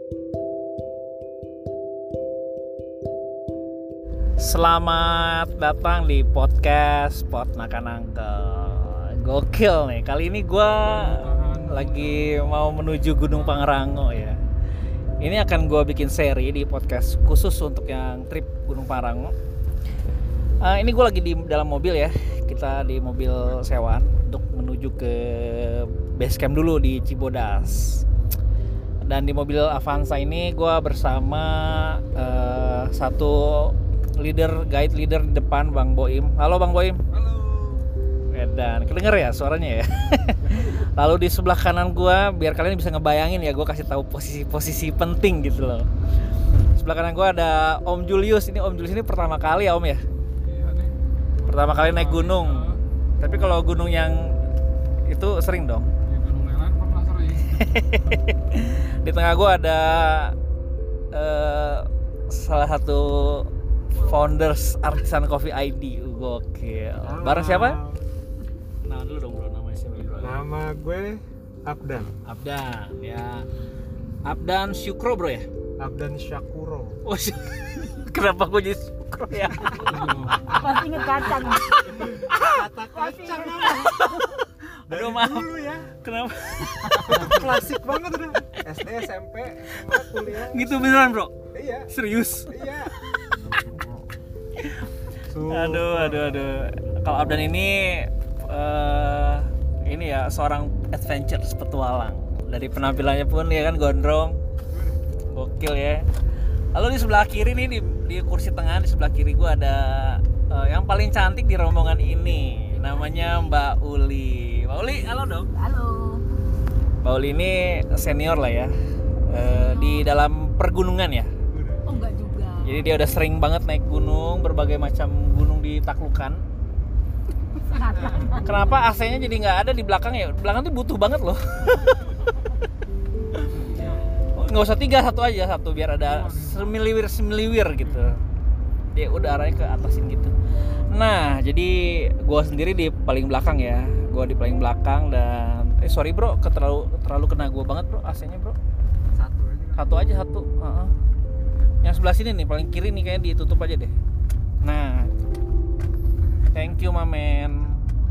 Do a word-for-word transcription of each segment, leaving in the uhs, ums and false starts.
Selamat datang di podcast Pot Nakanangkel. Gokil nih, kali ini gue lagi mau menuju Gunung Pangrango ya. Ini akan gue bikin seri di podcast khusus untuk yang trip Gunung Pangrango. uh, Ini gue lagi di dalam mobil ya. Kita di mobil sewaan untuk menuju ke base camp dulu di Cibodas. Dan di mobil Avanza ini gue bersama uh, satu leader, guide leader di depan, Bang Boim. Halo Bang Boim. Halo. Dan kedenger ya suaranya ya. Lalu di sebelah kanan gua, biar kalian bisa ngebayangin ya, gua kasih tahu posisi-posisi penting gitu loh. Sebelah kanan gua ada Om Julius. Ini Om Julius ini pertama kali ya Om ya? Iya nih. Pertama kali naik gunung. Ya. Tapi kalau gunung yang itu sering dong. Di Gunung Lelan pernah sering. Di tengah gua ada uh, salah satu founders Artisan Coffee I D. Gokil. Bareng siapa? Nah dulu dong bro, namanya siapa bro? Nama gue Abdan. Abdan ya. Abdan Syukro bro ya? Abdan Syakuro. Oh, kenapa gue jadi Syukro ya? Pasti inget kacang. Kata kacang nama. Aduh maaf. Dulu ya. Kenapa? Klasik banget udah. S D, S M P, S M A, kuliah. Gitu beneran bro? Iya. Serius? Iya. Aduh, aduh, aduh. Kalau Abdan ini uh, ini ya seorang adventure petualang. Dari penampilannya pun ya kan gondrong, gokil ya. Lalu di sebelah kiri nih di, di kursi tengah di sebelah kiri gue ada uh, yang paling cantik di rombongan ini. Namanya Mbak Uli. Mbak Uli, halo dong. Halo. Mbak Uli ini senior lah ya uh, di dalam pergunungan ya. Oh enggak juga. Jadi dia udah sering banget naik gunung, berbagai macam gunung ditaklukkan. Kenapa A C-nya jadi nggak ada di belakang ya? Belakang tuh butuh banget loh. Nggak usah tiga, satu aja, satu biar ada semiliwir semiliwir gitu. Dia udah arahnya ke atasin gitu. Nah, jadi gue sendiri di paling belakang ya. Gue di paling belakang dan eh sorry bro, terlalu terlalu kena gue banget bro A C-nya bro. Satu aja. Satu aja satu. Uh-uh. Yang sebelah sini nih paling kiri nih kayaknya ditutup aja deh. Nah, thank you mamen.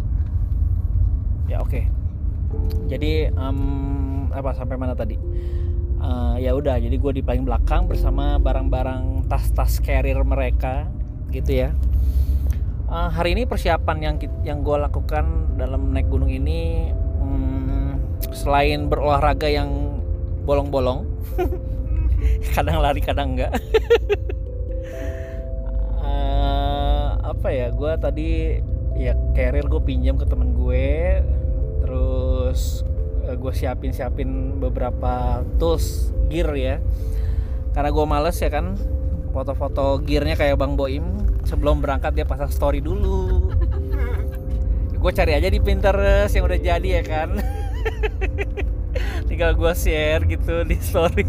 Ya oke. Okay. Jadi um, apa sampai mana tadi? Uh, ya udah. Jadi gue di paling belakang bersama barang-barang tas-tas carrier mereka, gitu ya. Uh, hari ini persiapan yang yang gue lakukan dalam naik gunung ini, um, selain berolahraga yang bolong-bolong. Kadang lari kadang enggak. uh, apa ya gue tadi ya carrier gue pinjam ke temen gue, terus uh, gue siapin siapin beberapa tools gear ya, karena gue males ya kan foto-foto gearnya kayak Bang Boim. Sebelum berangkat dia pasang story dulu. Gue cari aja di Pinterest yang udah jadi ya kan. Tinggal gue share gitu di story.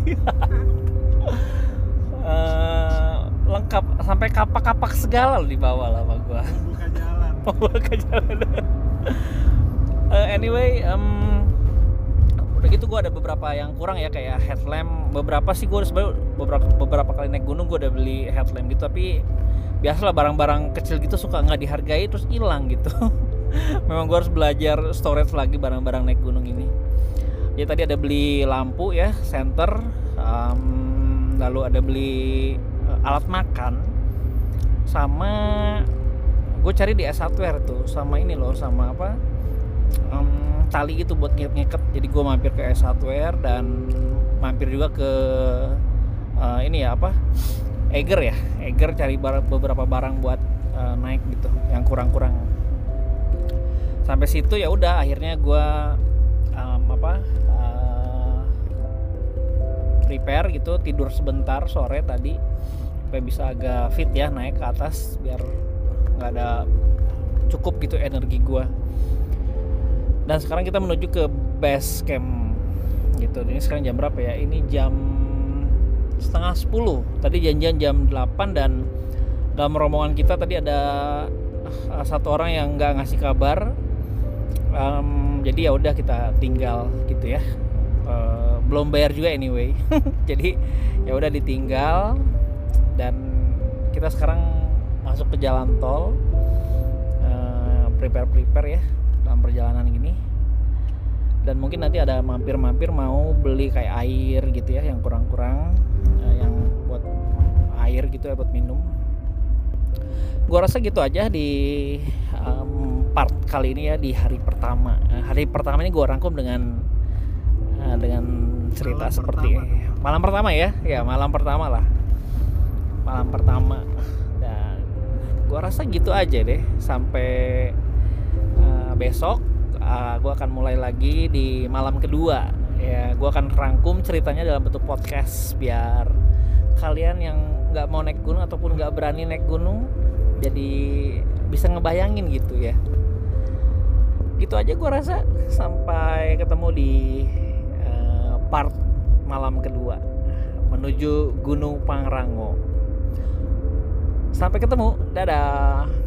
uh, lengkap sampai kapak-kapak segala loh di bawah lah sama gue. Buka jalan. Buka jalan. uh, anyway, um, udah gitu gue ada beberapa yang kurang ya kayak headlamp. Beberapa sih gue sebenarnya beberapa beberapa kali naik gunung gue udah beli headlamp gitu, tapi biasalah barang-barang kecil gitu suka nggak dihargai terus hilang gitu. Memang gue harus belajar storage lagi barang-barang naik gunung ini. Ya tadi ada beli lampu ya, senter, um, lalu ada beli uh, alat makan, sama gue cari di S Hardware tuh, sama ini loh, sama apa, um, tali itu buat ngiket-ngiket. Jadi gue mampir ke S Hardware dan mampir juga ke uh, ini ya apa, Eger ya, Eger cari bar- beberapa barang buat uh, naik gitu, yang kurang-kurang. Sampai situ ya udah, akhirnya gue um, apa uh, prepare gitu, tidur sebentar sore tadi supaya bisa agak fit ya naik ke atas biar nggak ada cukup gitu energi gue. Dan sekarang kita menuju ke base camp gitu. Ini sekarang jam berapa ya? Ini jam setengah sepuluh. Tadi janjian jam delapan dan dalam rombongan kita tadi ada uh, satu orang yang nggak ngasih kabar. Um, jadi ya udah kita tinggal gitu ya. Uh, belum bayar juga anyway. Jadi ya udah ditinggal, dan kita sekarang masuk ke jalan tol, uh, prepare prepare ya dalam perjalanan gini. Dan mungkin nanti ada mampir-mampir mau beli kayak air gitu ya, yang kurang-kurang, uh, yang buat air gitu ya, buat minum. Gua rasa gitu aja di um, part kali ini ya, di hari pertama. Uh, hari pertama ini gua rangkum dengan uh, dengan cerita Malam seperti pertama. malam pertama ya, ya malam pertama lah, malam pertama. Dan gua rasa gitu aja deh sampai uh, besok. Uh, gua akan mulai lagi di malam kedua. Ya, gua akan rangkum ceritanya dalam bentuk podcast biar kalian yang nggak mau naik gunung ataupun nggak berani naik gunung jadi bisa ngebayangin gitu ya. Gitu aja gua rasa, sampai ketemu di uh, part malam kedua menuju Gunung Pangrango. Sampai ketemu, dadah.